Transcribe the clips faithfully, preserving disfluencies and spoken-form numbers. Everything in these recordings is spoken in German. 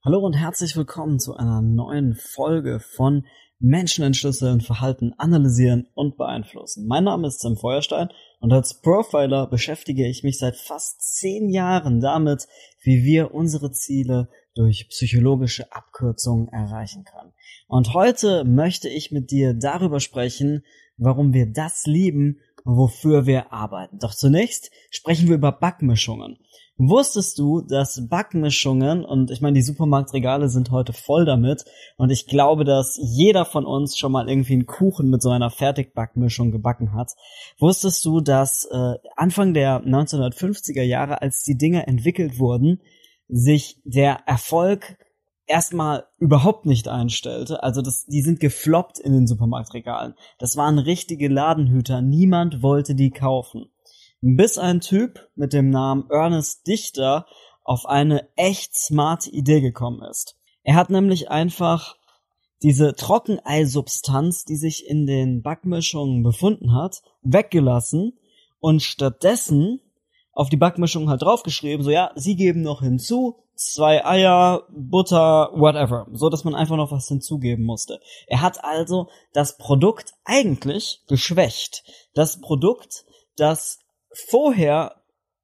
Hallo und herzlich willkommen zu einer neuen Folge von Menschen entschlüsseln, Verhalten analysieren und beeinflussen. Mein Name ist Sam Feuerstein und als Profiler beschäftige ich mich seit fast zehn Jahren damit, wie wir unsere Ziele durch psychologische Abkürzungen erreichen können. Und heute möchte ich mit dir darüber sprechen, warum wir das lieben, wofür wir arbeiten. Doch zunächst sprechen wir über Backmischungen. Wusstest du, dass Backmischungen, und ich meine, die Supermarktregale sind heute voll damit, und ich glaube, dass jeder von uns schon mal irgendwie einen Kuchen mit so einer Fertigbackmischung gebacken hat. Wusstest du, dass äh, Anfang der neunzehnhundertfünfziger Jahre, als die Dinger entwickelt wurden, sich der Erfolg erstmal überhaupt nicht einstellte? Also das, die sind gefloppt in den Supermarktregalen. Das waren richtige Ladenhüter. Niemand wollte die kaufen. Bis ein Typ mit dem Namen Ernest Dichter auf eine echt smarte Idee gekommen ist. Er hat nämlich einfach diese Trockeneisubstanz, die sich in den Backmischungen befunden hat, weggelassen und stattdessen auf die Backmischung halt draufgeschrieben, so ja, sie geben noch hinzu zwei Eier, Butter, whatever, so dass man einfach noch was hinzugeben musste. Er hat also das Produkt eigentlich geschwächt. Das Produkt, das vorher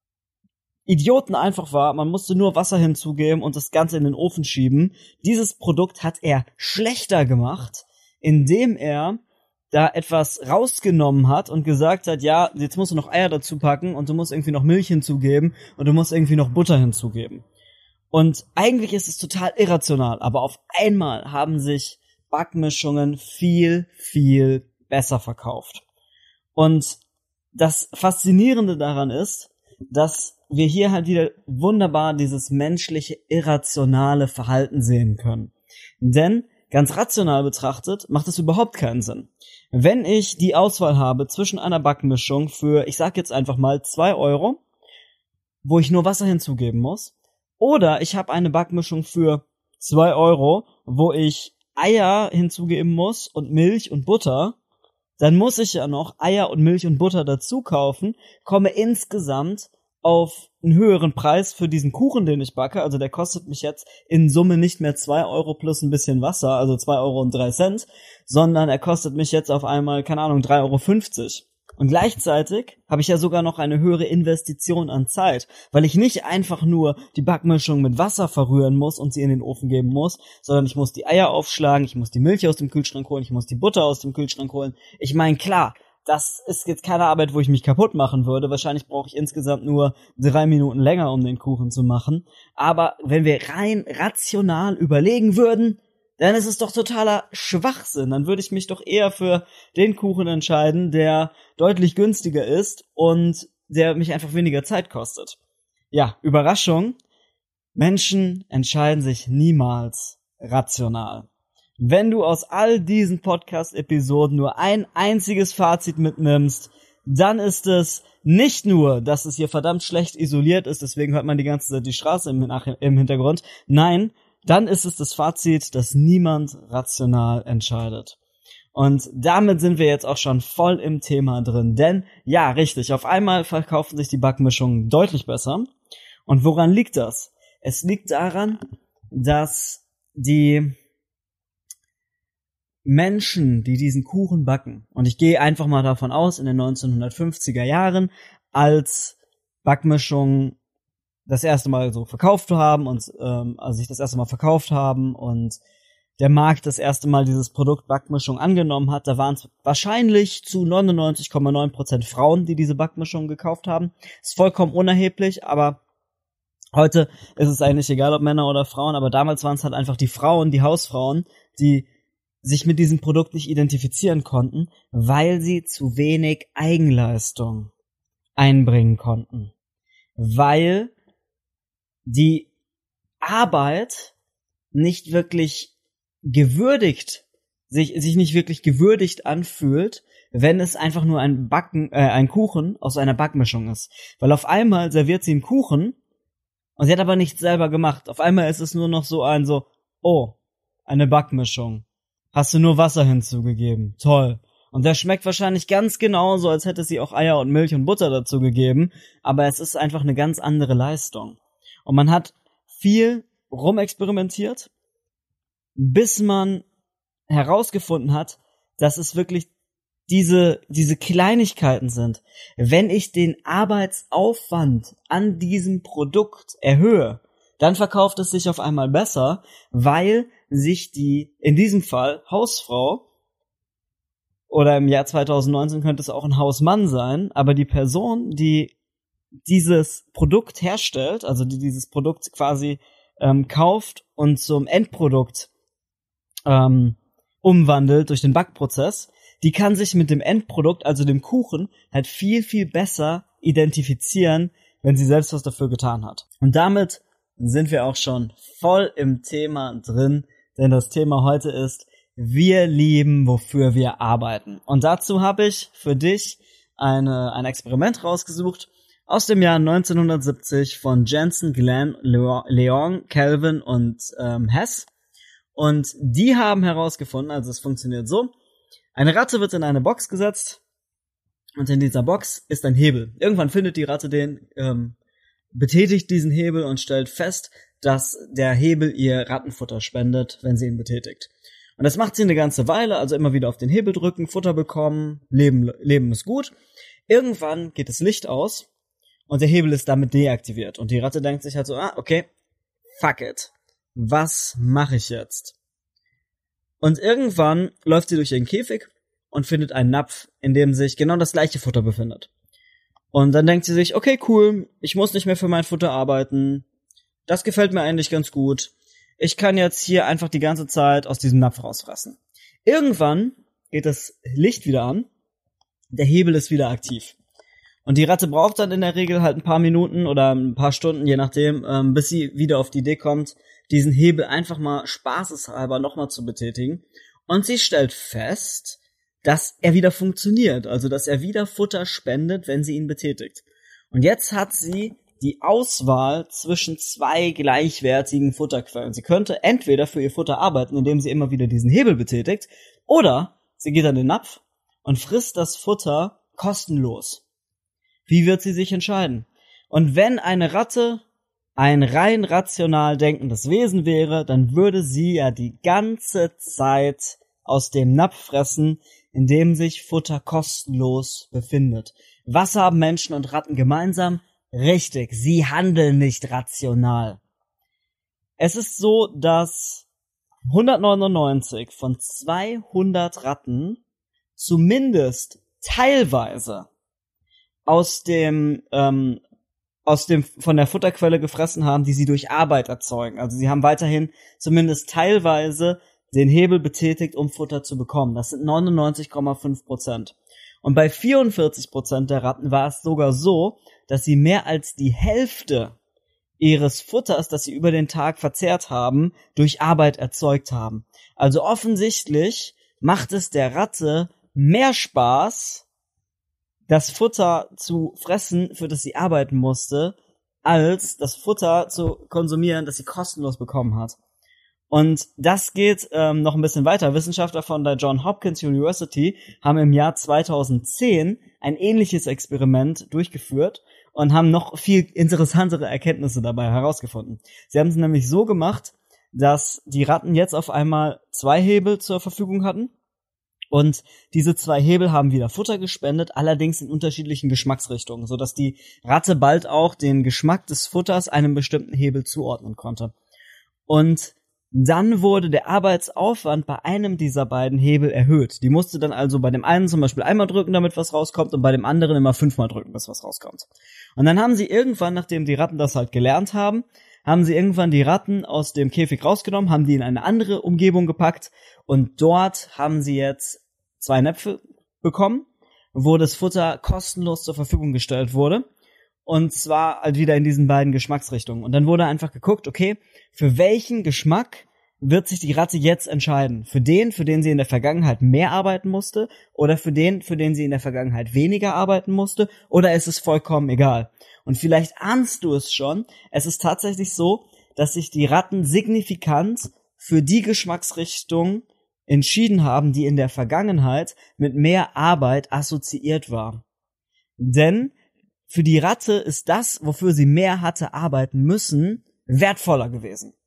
Idioten einfach war, man musste nur Wasser hinzugeben und das Ganze in den Ofen schieben. Dieses Produkt hat er schlechter gemacht, indem er da etwas rausgenommen hat und gesagt hat, ja, jetzt musst du noch Eier dazu packen und du musst irgendwie noch Milch hinzugeben und du musst irgendwie noch Butter hinzugeben. Und eigentlich ist es total irrational, aber auf einmal haben sich Backmischungen viel, viel besser verkauft. Und das Faszinierende daran ist, dass wir hier halt wieder wunderbar dieses menschliche, irrationale Verhalten sehen können. Denn ganz rational betrachtet macht es überhaupt keinen Sinn. Wenn ich die Auswahl habe zwischen einer Backmischung für, ich sag jetzt einfach mal zwei Euro, wo ich nur Wasser hinzugeben muss, oder ich habe eine Backmischung für zwei Euro, wo ich Eier hinzugeben muss und Milch und Butter, dann muss ich ja noch Eier und Milch und Butter dazu kaufen, komme insgesamt auf einen höheren Preis für diesen Kuchen, den ich backe. Also der kostet mich jetzt in Summe nicht mehr zwei Euro plus ein bisschen Wasser, also zwei Euro und drei Cent, sondern er kostet mich jetzt auf einmal, keine Ahnung, drei Euro fünfzig. Und gleichzeitig habe ich ja sogar noch eine höhere Investition an Zeit, weil ich nicht einfach nur die Backmischung mit Wasser verrühren muss und sie in den Ofen geben muss, sondern ich muss die Eier aufschlagen, ich muss die Milch aus dem Kühlschrank holen, ich muss die Butter aus dem Kühlschrank holen. Ich meine, klar, das ist jetzt keine Arbeit, wo ich mich kaputt machen würde. Wahrscheinlich brauche ich insgesamt nur drei Minuten länger, um den Kuchen zu machen. Aber wenn wir rein rational überlegen würden, dann ist es doch totaler Schwachsinn. Dann würde ich mich doch eher für den Kuchen entscheiden, der deutlich günstiger ist und der mich einfach weniger Zeit kostet. Ja, Überraschung. Menschen entscheiden sich niemals rational. Wenn du aus all diesen Podcast-Episoden nur ein einziges Fazit mitnimmst, dann ist es nicht nur, dass es hier verdammt schlecht isoliert ist, deswegen hört man die ganze Zeit die Straße im, im Hintergrund. Nein, dann ist es das Fazit, dass niemand rational entscheidet. Und damit sind wir jetzt auch schon voll im Thema drin. Denn, ja, richtig, auf einmal verkaufen sich die Backmischungen deutlich besser. Und woran liegt das? Es liegt daran, dass die Menschen, die diesen Kuchen backen, und ich gehe einfach mal davon aus, in den neunzehnhundertfünfziger Jahren, als Backmischungen das erste Mal so verkauft haben und ähm, also sich das erste Mal verkauft haben und der Markt das erste Mal dieses Produkt Backmischung angenommen hat, da waren es wahrscheinlich zu neunundneunzig Komma neun Prozent Frauen, die diese Backmischung gekauft haben. Ist vollkommen unerheblich, aber heute ist es eigentlich egal, ob Männer oder Frauen, aber damals waren es halt einfach die Frauen, die Hausfrauen, die sich mit diesem Produkt nicht identifizieren konnten, weil sie zu wenig Eigenleistung einbringen konnten. Weil die Arbeit nicht wirklich gewürdigt, sich, sich nicht wirklich gewürdigt anfühlt, wenn es einfach nur ein Backen, äh, ein Kuchen aus einer Backmischung ist. Weil auf einmal serviert sie einen Kuchen und sie hat aber nichts selber gemacht. Auf einmal ist es nur noch so ein so, oh, eine Backmischung. Hast du nur Wasser hinzugegeben. Toll. Und der schmeckt wahrscheinlich ganz genauso, als hätte sie auch Eier und Milch und Butter dazu gegeben, aber es ist einfach eine ganz andere Leistung. Und man hat viel rumexperimentiert, bis man herausgefunden hat, dass es wirklich diese, diese Kleinigkeiten sind. Wenn ich den Arbeitsaufwand an diesem Produkt erhöhe, dann verkauft es sich auf einmal besser, weil sich die, in diesem Fall, Hausfrau, oder im Jahr zwanzig neunzehn könnte es auch ein Hausmann sein, aber die Person, die dieses Produkt herstellt, also die dieses Produkt quasi ähm, kauft und zum Endprodukt ähm, umwandelt durch den Backprozess, die kann sich mit dem Endprodukt, also dem Kuchen, halt viel, viel besser identifizieren, wenn sie selbst was dafür getan hat. Und damit sind wir auch schon voll im Thema drin, denn das Thema heute ist, wir lieben, wofür wir arbeiten. Und dazu habe ich für dich eine, ein Experiment rausgesucht aus dem Jahr neunzehnhundertsiebzig von Jensen, Glenn, Leong, Kelvin und ähm, Hess. Und die haben herausgefunden, also es funktioniert so, eine Ratte wird in eine Box gesetzt und in dieser Box ist ein Hebel. Irgendwann findet die Ratte den, ähm, betätigt diesen Hebel und stellt fest, dass der Hebel ihr Rattenfutter spendet, wenn sie ihn betätigt. Und das macht sie eine ganze Weile, also immer wieder auf den Hebel drücken, Futter bekommen, Leben, Leben ist gut. Irgendwann geht das Licht aus und der Hebel ist damit deaktiviert. Und die Ratte denkt sich halt so, ah, okay, fuck it. Was mache ich jetzt? Und irgendwann läuft sie durch ihren Käfig und findet einen Napf, in dem sich genau das gleiche Futter befindet. Und dann denkt sie sich, okay, cool, ich muss nicht mehr für mein Futter arbeiten. Das gefällt mir eigentlich ganz gut. Ich kann jetzt hier einfach die ganze Zeit aus diesem Napf rausfressen. Irgendwann geht das Licht wieder an, der Hebel ist wieder aktiv. Und die Ratte braucht dann in der Regel halt ein paar Minuten oder ein paar Stunden, je nachdem, ähm, bis sie wieder auf die Idee kommt, diesen Hebel einfach mal spaßeshalber nochmal zu betätigen. Und sie stellt fest, dass er wieder funktioniert, also dass er wieder Futter spendet, wenn sie ihn betätigt. Und jetzt hat sie die Auswahl zwischen zwei gleichwertigen Futterquellen. Sie könnte entweder für ihr Futter arbeiten, indem sie immer wieder diesen Hebel betätigt, oder sie geht an den Napf und frisst das Futter kostenlos. Wie wird sie sich entscheiden? Und wenn eine Ratte ein rein rational denkendes Wesen wäre, dann würde sie ja die ganze Zeit aus dem Napf fressen, in dem sich Futter kostenlos befindet. Was haben Menschen und Ratten gemeinsam? Richtig, sie handeln nicht rational. Es ist so, dass hundertneunundneunzig von zweihundert Ratten zumindest teilweise aus dem ähm, aus dem von der Futterquelle gefressen haben, die sie durch Arbeit erzeugen. Also sie haben weiterhin zumindest teilweise den Hebel betätigt, um Futter zu bekommen. Das sind neunundneunzig Komma fünf Prozent. Und bei vierundvierzig Prozent der Ratten war es sogar so, dass sie mehr als die Hälfte ihres Futters, das sie über den Tag verzehrt haben, durch Arbeit erzeugt haben. Also offensichtlich macht es der Ratte mehr Spaß, das Futter zu fressen, für das sie arbeiten musste, als das Futter zu konsumieren, das sie kostenlos bekommen hat. Und das geht ähm, noch ein bisschen weiter. Wissenschaftler von der Johns Hopkins University haben im Jahr zweitausendzehn ein ähnliches Experiment durchgeführt und haben noch viel interessantere Erkenntnisse dabei herausgefunden. Sie haben es nämlich so gemacht, dass die Ratten jetzt auf einmal zwei Hebel zur Verfügung hatten. Und diese zwei Hebel haben wieder Futter gespendet, allerdings in unterschiedlichen Geschmacksrichtungen, sodass die Ratte bald auch den Geschmack des Futters einem bestimmten Hebel zuordnen konnte. Und dann wurde der Arbeitsaufwand bei einem dieser beiden Hebel erhöht. Die musste dann also bei dem einen zum Beispiel einmal drücken, damit was rauskommt, und bei dem anderen immer fünfmal drücken, bis was rauskommt. Und dann haben sie irgendwann, nachdem die Ratten das halt gelernt haben, haben sie irgendwann die Ratten aus dem Käfig rausgenommen, haben die in eine andere Umgebung gepackt und dort haben sie jetzt zwei Näpfe bekommen, wo das Futter kostenlos zur Verfügung gestellt wurde. Und zwar halt wieder in diesen beiden Geschmacksrichtungen. Und dann wurde einfach geguckt, okay, für welchen Geschmack wird sich die Ratte jetzt entscheiden? Für den, für den sie in der Vergangenheit mehr arbeiten musste, oder für den, für den sie in der Vergangenheit weniger arbeiten musste, oder ist es vollkommen egal? Und vielleicht ahnst du es schon, es ist tatsächlich so, dass sich die Ratten signifikant für die Geschmacksrichtung entschieden haben, die in der Vergangenheit mit mehr Arbeit assoziiert war. Denn für die Ratte ist das, wofür sie mehr hatte arbeiten müssen, wertvoller gewesen.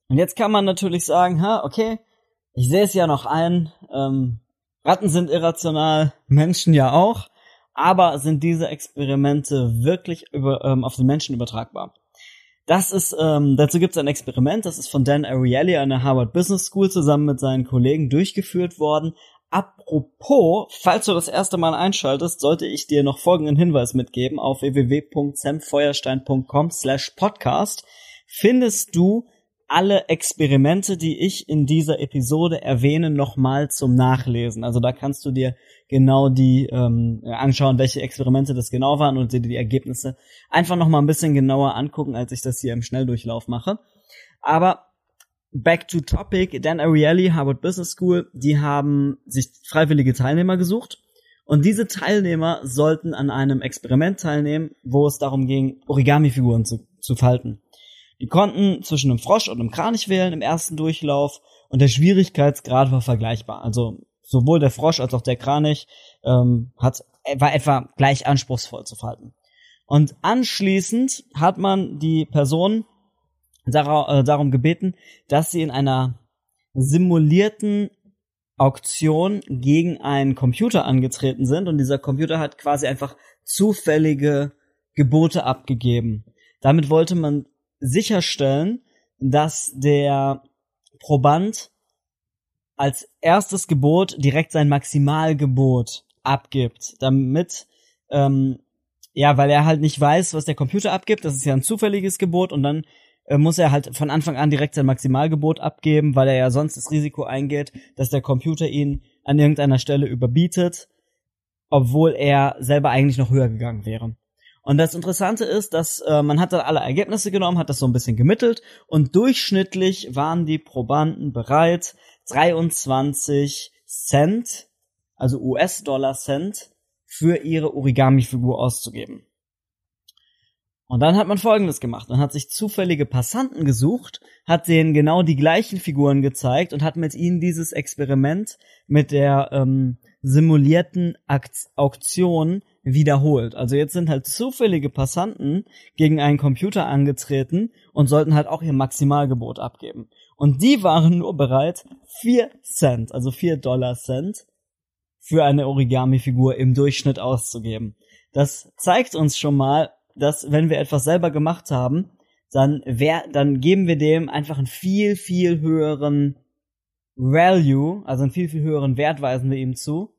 Und jetzt kann man natürlich sagen, ha, okay, ich sehe es ja noch ein, ähm, Ratten sind irrational, Menschen ja auch, aber sind diese Experimente wirklich über, ähm, auf den Menschen übertragbar? Das ist, ähm, dazu gibt es ein Experiment, das ist von Dan Ariely an der Harvard Business School zusammen mit seinen Kollegen durchgeführt worden. Apropos, falls du das erste Mal einschaltest, sollte ich dir noch folgenden Hinweis mitgeben. Auf w w w punkt sam feuerstein punkt com slash podcast findest du alle Experimente, die ich in dieser Episode erwähne, nochmal zum Nachlesen. Also da kannst du dir genau die ähm, anschauen, welche Experimente das genau waren und dir die Ergebnisse einfach nochmal ein bisschen genauer angucken, als ich das hier im Schnelldurchlauf mache. Aber back to topic, Dan Ariely, Harvard Business School, die haben sich freiwillige Teilnehmer gesucht und diese Teilnehmer sollten an einem Experiment teilnehmen, wo es darum ging, Origami-Figuren zu, zu falten. Die konnten zwischen einem Frosch und einem Kranich wählen im ersten Durchlauf und der Schwierigkeitsgrad war vergleichbar. Also sowohl der Frosch als auch der Kranich ähm, hat, war etwa gleich anspruchsvoll zu falten. Und anschließend hat man die Person dar- äh, darum gebeten, dass sie in einer simulierten Auktion gegen einen Computer angetreten sind und dieser Computer hat quasi einfach zufällige Gebote abgegeben. Damit wollte man sicherstellen, dass der Proband als erstes Gebot direkt sein Maximalgebot abgibt, damit, ähm, ja, weil er halt nicht weiß, was der Computer abgibt, das ist ja ein zufälliges Gebot und dann äh, muss er halt von Anfang an direkt sein Maximalgebot abgeben, weil er ja sonst das Risiko eingeht, dass der Computer ihn an irgendeiner Stelle überbietet, obwohl er selber eigentlich noch höher gegangen wäre. Und das Interessante ist, dass äh, man hat dann alle Ergebnisse genommen, hat das so ein bisschen gemittelt und durchschnittlich waren die Probanden bereit, dreiundzwanzig Cent, also U S-Dollar Cent, für ihre Origami-Figur auszugeben. Und dann hat man Folgendes gemacht. Man hat sich zufällige Passanten gesucht, hat denen genau die gleichen Figuren gezeigt und hat mit ihnen dieses Experiment mit der ähm, simulierten Akt- Auktion wiederholt. Also jetzt sind halt zufällige Passanten gegen einen Computer angetreten und sollten halt auch ihr Maximalgebot abgeben. Und die waren nur bereit, vier Cent, also vier Dollar Cent, für eine Origami-Figur im Durchschnitt auszugeben. Das zeigt uns schon mal, dass wenn wir etwas selber gemacht haben, dann, wär, dann geben wir dem einfach einen viel, viel höheren Value, also einen viel, viel höheren Wert weisen wir ihm zu,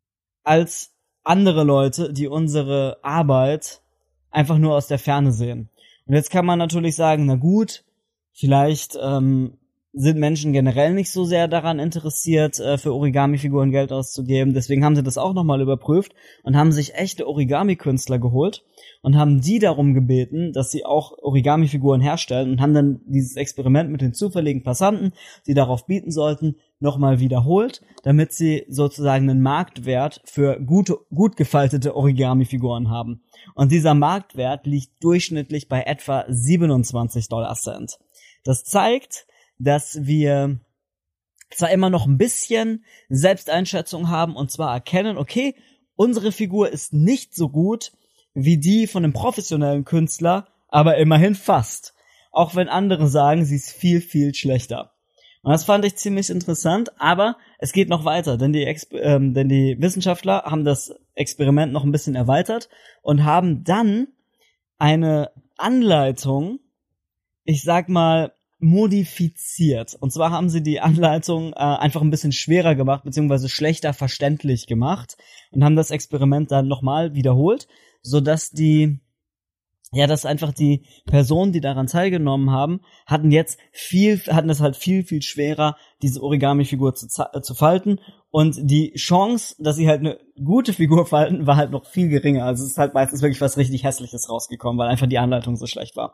als andere Leute, die unsere Arbeit einfach nur aus der Ferne sehen. Und jetzt kann man natürlich sagen, na gut, vielleicht ähm, sind Menschen generell nicht so sehr daran interessiert, äh, für Origami-Figuren Geld auszugeben. Deswegen haben sie das auch nochmal überprüft und haben sich echte Origami-Künstler geholt und haben die darum gebeten, dass sie auch Origami-Figuren herstellen und haben dann dieses Experiment mit den zufälligen Passanten, die darauf bieten sollten, nochmal wiederholt, damit sie sozusagen einen Marktwert für gute, gut gefaltete Origami-Figuren haben. Und dieser Marktwert liegt durchschnittlich bei etwa siebenundzwanzig Dollar Cent. Das zeigt, dass wir zwar immer noch ein bisschen Selbsteinschätzung haben und zwar erkennen, okay, unsere Figur ist nicht so gut wie die von einem professionellen Künstler, aber immerhin fast. Auch wenn andere sagen, sie ist viel, viel schlechter. Und das fand ich ziemlich interessant, aber es geht noch weiter, denn die, Exp- ähm, denn die Wissenschaftler haben das Experiment noch ein bisschen erweitert und haben dann eine Anleitung, ich sag mal, modifiziert. Und zwar haben sie die Anleitung äh, einfach ein bisschen schwerer gemacht, beziehungsweise schlechter verständlich gemacht und haben das Experiment dann nochmal wiederholt, sodass die, ja, dass einfach die Personen, die daran teilgenommen haben, hatten jetzt viel, hatten es halt viel, viel schwerer, diese Origami-Figur zu, äh, zu falten und die Chance, dass sie halt eine gute Figur falten, war halt noch viel geringer. Also es ist halt meistens wirklich was richtig Hässliches rausgekommen, weil einfach die Anleitung so schlecht war.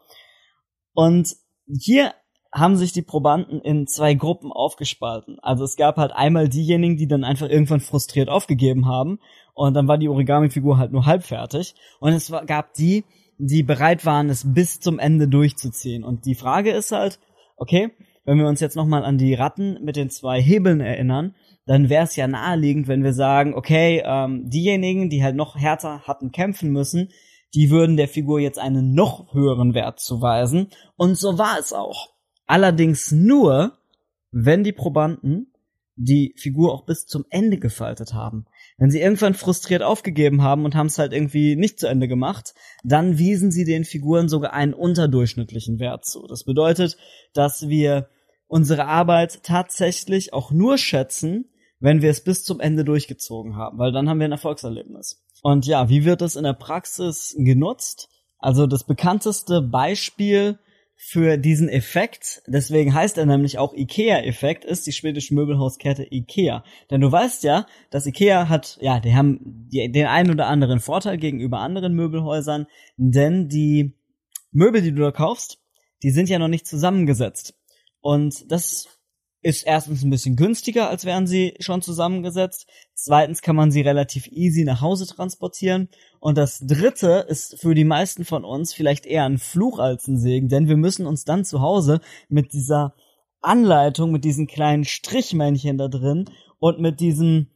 Und hier haben sich die Probanden in zwei Gruppen aufgespalten. Also es gab halt einmal diejenigen, die dann einfach irgendwann frustriert aufgegeben haben und dann war die Origami-Figur halt nur halb fertig und es war, gab die, die bereit waren, es bis zum Ende durchzuziehen. Und die Frage ist halt, okay, wenn wir uns jetzt nochmal an die Ratten mit den zwei Hebeln erinnern, dann wäre es ja naheliegend, wenn wir sagen, okay, ähm, diejenigen, die halt noch härter hatten kämpfen müssen, die würden der Figur jetzt einen noch höheren Wert zuweisen. Und so war es auch. Allerdings nur, wenn die Probanden die Figur auch bis zum Ende gefaltet haben. Wenn sie irgendwann frustriert aufgegeben haben und haben es halt irgendwie nicht zu Ende gemacht, dann wiesen sie den Figuren sogar einen unterdurchschnittlichen Wert zu. Das bedeutet, dass wir unsere Arbeit tatsächlich auch nur schätzen, wenn wir es bis zum Ende durchgezogen haben, weil dann haben wir ein Erfolgserlebnis. Und ja, wie wird das in der Praxis genutzt? Also das bekannteste Beispiel für diesen Effekt, deswegen heißt er nämlich auch IKEA-Effekt, ist die schwedische Möbelhauskette IKEA. Denn du weißt ja, dass IKEA hat, ja, die haben die, den einen oder anderen Vorteil gegenüber anderen Möbelhäusern, denn die Möbel, die du da kaufst, die sind ja noch nicht zusammengesetzt. Und das ist erstens ein bisschen günstiger, als wären sie schon zusammengesetzt. Zweitens kann man sie relativ easy nach Hause transportieren. Und das dritte ist für die meisten von uns vielleicht eher ein Fluch als ein Segen, denn wir müssen uns dann zu Hause mit dieser Anleitung, mit diesen kleinen Strichmännchen da drin und mit diesem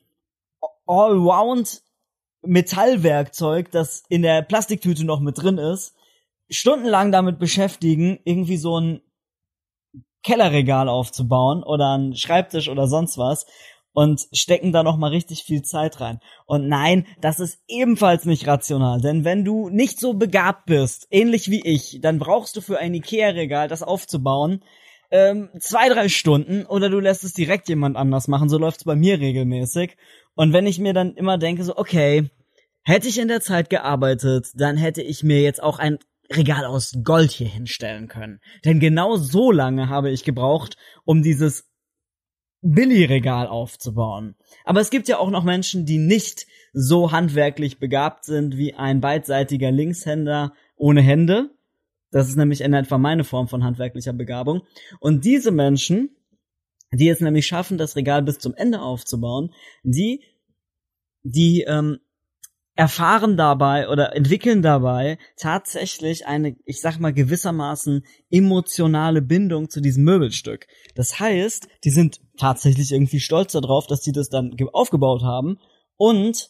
Allround Metallwerkzeug, das in der Plastiktüte noch mit drin ist, stundenlang damit beschäftigen, irgendwie so ein Kellerregal aufzubauen oder einen Schreibtisch oder sonst was und stecken da noch mal richtig viel Zeit rein. Und nein, das ist ebenfalls nicht rational, denn wenn du nicht so begabt bist, ähnlich wie ich, dann brauchst du für ein Ikea-Regal, das aufzubauen, ähm, zwei, drei Stunden oder du lässt es direkt jemand anders machen, so läuft's bei mir regelmäßig. Und wenn ich mir dann immer denke, so okay, hätte ich in der Zeit gearbeitet, dann hätte ich mir jetzt auch ein Regal aus Gold hier hinstellen können. Denn genau so lange habe ich gebraucht, um dieses Billigregal aufzubauen. Aber es gibt ja auch noch Menschen, die nicht so handwerklich begabt sind wie ein beidseitiger Linkshänder ohne Hände. Das ist nämlich in etwa meine Form von handwerklicher Begabung. Und diese Menschen, die es nämlich schaffen, das Regal bis zum Ende aufzubauen, die, die, ähm, erfahren dabei oder entwickeln dabei tatsächlich eine, ich sag mal gewissermaßen emotionale Bindung zu diesem Möbelstück. Das heißt, die sind tatsächlich irgendwie stolz darauf, dass die das dann aufgebaut haben und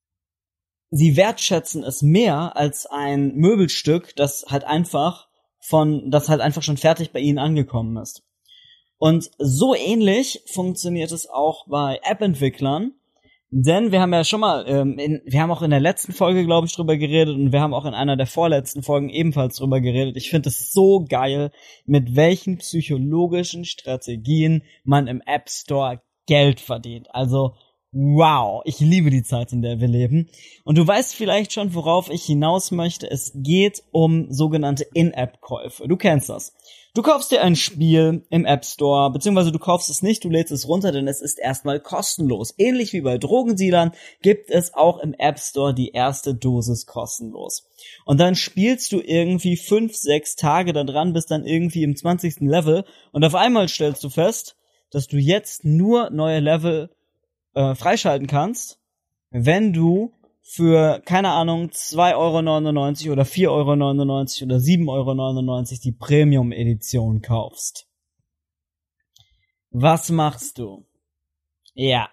sie wertschätzen es mehr als ein Möbelstück, das halt einfach von, das halt einfach schon fertig bei ihnen angekommen ist. Und so ähnlich funktioniert es auch bei App-Entwicklern. Denn wir haben ja schon mal, ähm, in, wir haben auch in der letzten Folge, glaube ich, drüber geredet und wir haben auch in einer der vorletzten Folgen ebenfalls drüber geredet. Ich finde es so geil, mit welchen psychologischen Strategien man im App Store Geld verdient. Also, wow, ich liebe die Zeit, in der wir leben. Und du weißt vielleicht schon, worauf ich hinaus möchte. Es geht um sogenannte In-App-Käufe. Du kennst das. Du kaufst dir ein Spiel im App Store, beziehungsweise du kaufst es nicht, du lädst es runter, denn es ist erstmal kostenlos. Ähnlich wie bei Drogendealern gibt es auch im App Store die erste Dosis kostenlos. Und dann spielst du irgendwie fünf, sechs Tage da dran, bist dann irgendwie im zwanzigsten Level und auf einmal stellst du fest, dass du jetzt nur neue Level äh, freischalten kannst, wenn du für, keine Ahnung, zwei Euro neunundneunzig oder vier Euro neunundneunzig oder sieben Euro neunundneunzig die Premium-Edition kaufst. Was machst du? Ja.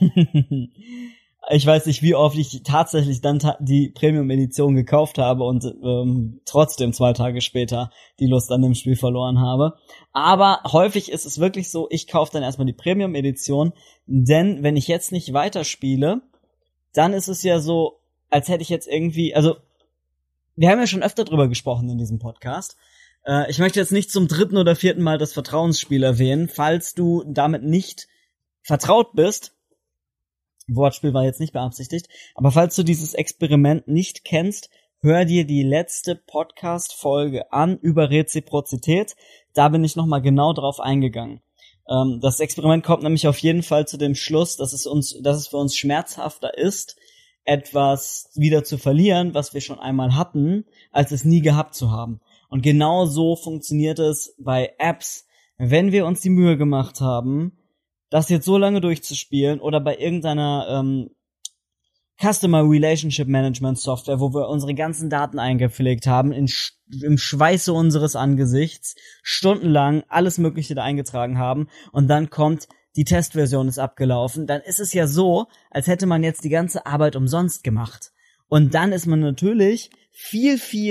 Ich weiß nicht, wie oft ich tatsächlich dann ta- die Premium-Edition gekauft habe und ähm, trotzdem zwei Tage später die Lust an dem Spiel verloren habe. Aber häufig ist es wirklich so, ich kaufe dann erstmal die Premium-Edition, denn wenn ich jetzt nicht weiterspiele, dann ist es ja so, als hätte ich jetzt irgendwie, also wir haben ja schon öfter drüber gesprochen in diesem Podcast. Äh, ich möchte jetzt nicht zum dritten oder vierten Mal das Vertrauensspiel erwähnen, falls du damit nicht vertraut bist. Wortspiel war jetzt nicht beabsichtigt, aber falls du dieses Experiment nicht kennst, hör dir die letzte Podcast-Folge an über Reziprozität. Da bin ich nochmal genau drauf eingegangen. Ähm, das Experiment kommt nämlich auf jeden Fall zu dem Schluss, dass es uns, dass es für uns schmerzhafter ist, etwas wieder zu verlieren, was wir schon einmal hatten, als es nie gehabt zu haben. Und genau so funktioniert es bei Apps, wenn wir uns die Mühe gemacht haben, das jetzt so lange durchzuspielen oder bei irgendeiner ähm, Customer Relationship Management Software, wo wir unsere ganzen Daten eingepflegt haben, in Sch- im Schweiße unseres Angesichts, stundenlang alles Mögliche da eingetragen haben und dann kommt, die Testversion ist abgelaufen, dann ist es ja so, als hätte man jetzt die ganze Arbeit umsonst gemacht. Und dann ist man natürlich viel, viel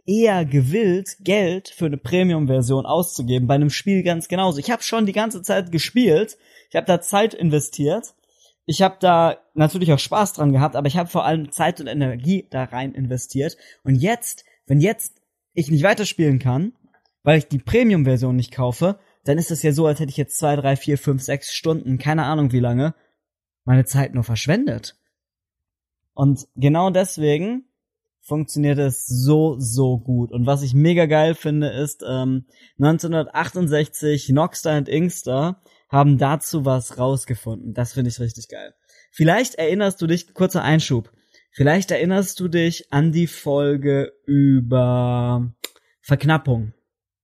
eher gewillt, Geld für eine Premium-Version auszugeben, bei einem Spiel ganz genauso. Ich habe schon die ganze Zeit gespielt, ich habe da Zeit investiert, ich habe da natürlich auch Spaß dran gehabt, aber ich habe vor allem Zeit und Energie da rein investiert. Und jetzt, wenn jetzt ich nicht weiterspielen kann, weil ich die Premium-Version nicht kaufe, dann ist es ja so, als hätte ich jetzt zwei, drei, vier, fünf, sechs Stunden, keine Ahnung wie lange, meine Zeit nur verschwendet. Und genau deswegen funktioniert es so, so gut. Und was ich mega geil finde, ist, ähm, neunzehnhundertachtundsechzig, Nockstar und Inkster haben dazu was rausgefunden. Das finde ich richtig geil. Vielleicht erinnerst du dich, kurzer Einschub, vielleicht erinnerst du dich an die Folge über Verknappung.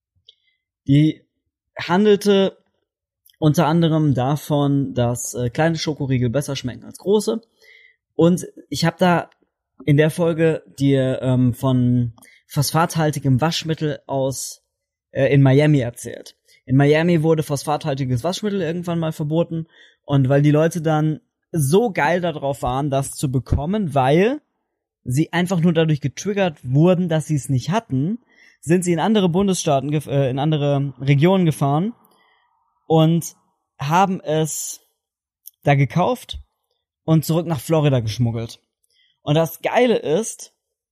Die handelte unter anderem davon, dass äh, kleine Schokoriegel besser schmecken als große. Und ich habe da in der Folge dir ähm, von phosphathaltigem Waschmittel aus äh, in Miami erzählt. In Miami wurde phosphathaltiges Waschmittel irgendwann mal verboten. Und weil die Leute dann so geil darauf waren, das zu bekommen, weil sie einfach nur dadurch getriggert wurden, dass sie es nicht hatten, sind sie in andere Bundesstaaten, äh, in andere Regionen gefahren und haben es da gekauft und zurück nach Florida geschmuggelt. Und das Geile ist,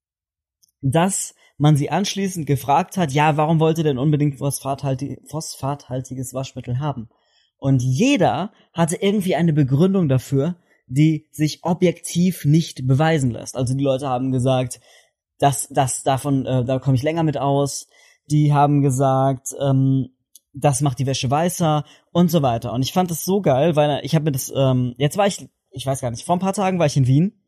dass man sie anschließend gefragt hat, ja, warum wollt ihr denn unbedingt phosphathaltig, phosphathaltiges Waschmittel haben? Und jeder hatte irgendwie eine Begründung dafür, die sich objektiv nicht beweisen lässt. Also die Leute haben gesagt, dass das davon, äh, da komme ich länger mit aus. Die haben gesagt, ähm, das macht die Wäsche weißer und so weiter. Und ich fand das so geil, weil ich habe mir das, ähm, jetzt war ich, ich weiß gar nicht, vor ein paar Tagen war ich in Wien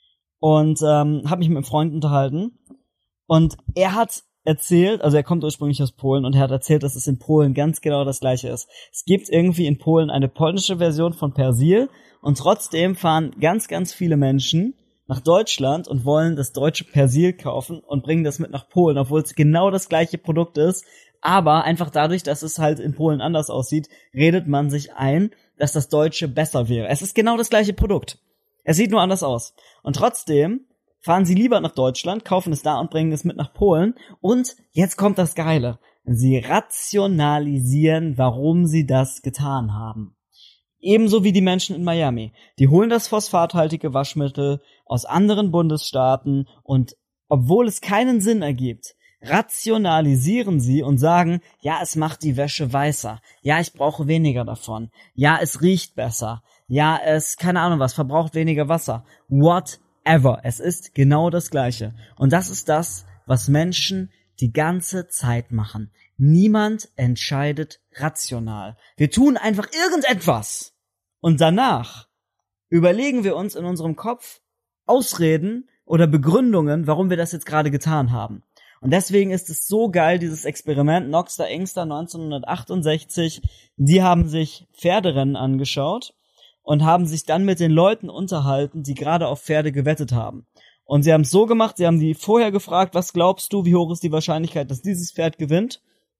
und ähm, habe mich mit einem Freund unterhalten und er hat erzählt, also er kommt ursprünglich aus Polen und er hat erzählt, dass es in Polen ganz genau das Gleiche ist. Es gibt irgendwie in Polen eine polnische Version von Persil und trotzdem fahren ganz, ganz viele Menschen nach Deutschland und wollen das deutsche Persil kaufen und bringen das mit nach Polen, obwohl es genau das gleiche Produkt ist. Aber einfach dadurch, dass es halt in Polen anders aussieht, redet man sich ein, dass das Deutsche besser wäre. Es ist genau das gleiche Produkt. Es sieht nur anders aus. Und trotzdem fahren sie lieber nach Deutschland, kaufen es da und bringen es mit nach Polen. Und jetzt kommt das Geile. Sie rationalisieren, warum sie das getan haben. Ebenso wie die Menschen in Miami. Die holen das phosphathaltige Waschmittel aus anderen Bundesstaaten und obwohl es keinen Sinn ergibt, rationalisieren sie und sagen, ja, es macht die Wäsche weißer. Ja, ich brauche weniger davon. Ja, es riecht besser. Ja, es, keine Ahnung was, verbraucht weniger Wasser. Whatever. Es ist genau das Gleiche. Und das ist das, was Menschen die ganze Zeit machen. Niemand entscheidet rational. Wir tun einfach irgendetwas. Und danach überlegen wir uns in unserem Kopf Ausreden oder Begründungen, warum wir das jetzt gerade getan haben. Und deswegen ist es so geil, dieses Experiment Nockstar Inkster neunzehnhundertachtundsechzig. Die haben sich Pferderennen angeschaut und haben sich dann mit den Leuten unterhalten, die gerade auf Pferde gewettet haben. Und sie haben es so gemacht, sie haben die vorher gefragt, was glaubst du, wie hoch ist die Wahrscheinlichkeit, dass dieses Pferd gewinnt?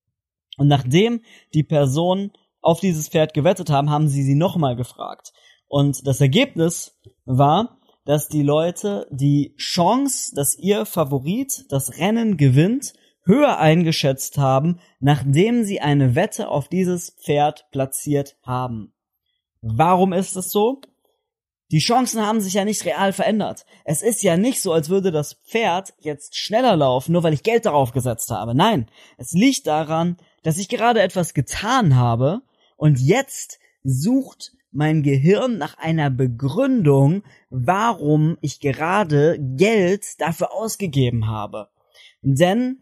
Und nachdem die Personen auf dieses Pferd gewettet haben, haben sie sie nochmal gefragt. Und das Ergebnis war, dass die Leute die Chance, dass ihr Favorit das Rennen gewinnt, höher eingeschätzt haben, nachdem sie eine Wette auf dieses Pferd platziert haben. Warum ist es so? Die Chancen haben sich ja nicht real verändert. Es ist ja nicht so, als würde das Pferd jetzt schneller laufen, nur weil ich Geld darauf gesetzt habe. Nein, es liegt daran, dass ich gerade etwas getan habe und jetzt sucht mein Gehirn nach einer Begründung, warum ich gerade Geld dafür ausgegeben habe. Denn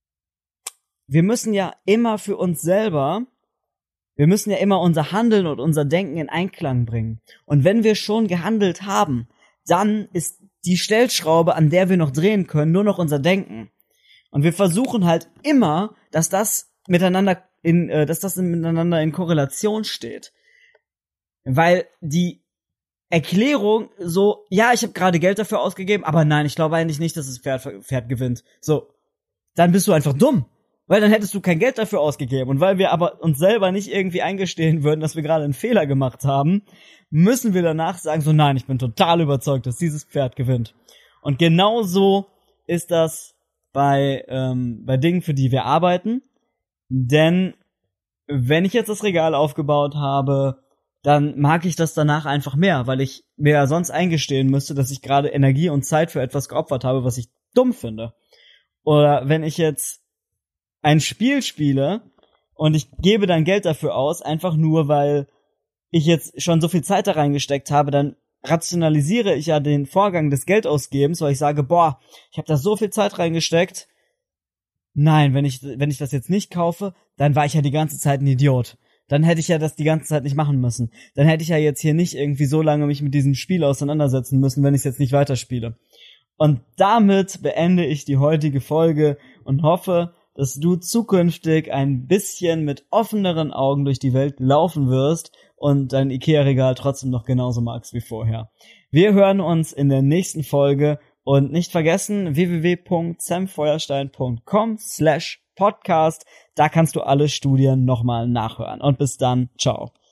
wir müssen ja immer für uns selber, wir müssen ja immer unser Handeln und unser Denken in Einklang bringen. Und wenn wir schon gehandelt haben, dann ist die Stellschraube, an der wir noch drehen können, nur noch unser Denken. Und wir versuchen halt immer, dass das miteinander in, äh, dass das miteinander in Korrelation steht. Weil die Erklärung so, ja, ich habe gerade Geld dafür ausgegeben, aber nein, ich glaube eigentlich nicht, dass das Pferd, Pferd gewinnt. So, dann bist du einfach dumm, weil dann hättest du kein Geld dafür ausgegeben. Und weil wir aber uns selber nicht irgendwie eingestehen würden, dass wir gerade einen Fehler gemacht haben, müssen wir danach sagen, so nein, ich bin total überzeugt, dass dieses Pferd gewinnt. Und genauso ist das bei, ähm, bei Dingen, für die wir arbeiten. Denn wenn ich jetzt das Regal aufgebaut habe, dann mag ich das danach einfach mehr, weil ich mir ja sonst eingestehen müsste, dass ich gerade Energie und Zeit für etwas geopfert habe, was ich dumm finde. Oder wenn ich jetzt ein Spiel spiele und ich gebe dann Geld dafür aus, einfach nur, weil ich jetzt schon so viel Zeit da reingesteckt habe, dann rationalisiere ich ja den Vorgang des Geldausgebens, weil ich sage, boah, ich habe da so viel Zeit reingesteckt. Nein, wenn ich wenn ich das jetzt nicht kaufe, dann war ich ja die ganze Zeit ein Idiot. Dann hätte ich ja das die ganze Zeit nicht machen müssen. Dann hätte ich ja jetzt hier nicht irgendwie so lange mich mit diesem Spiel auseinandersetzen müssen, wenn ich es jetzt nicht weiterspiele. Und damit beende ich die heutige Folge und hoffe, dass du zukünftig ein bisschen mit offeneren Augen durch die Welt laufen wirst und dein Ikea-Regal trotzdem noch genauso magst wie vorher. Wir hören uns in der nächsten Folge und nicht vergessen w w w punkt sam feuerstein punkt com slash podcast. Da kannst du alle Studien nochmal nachhören. Und bis dann, ciao.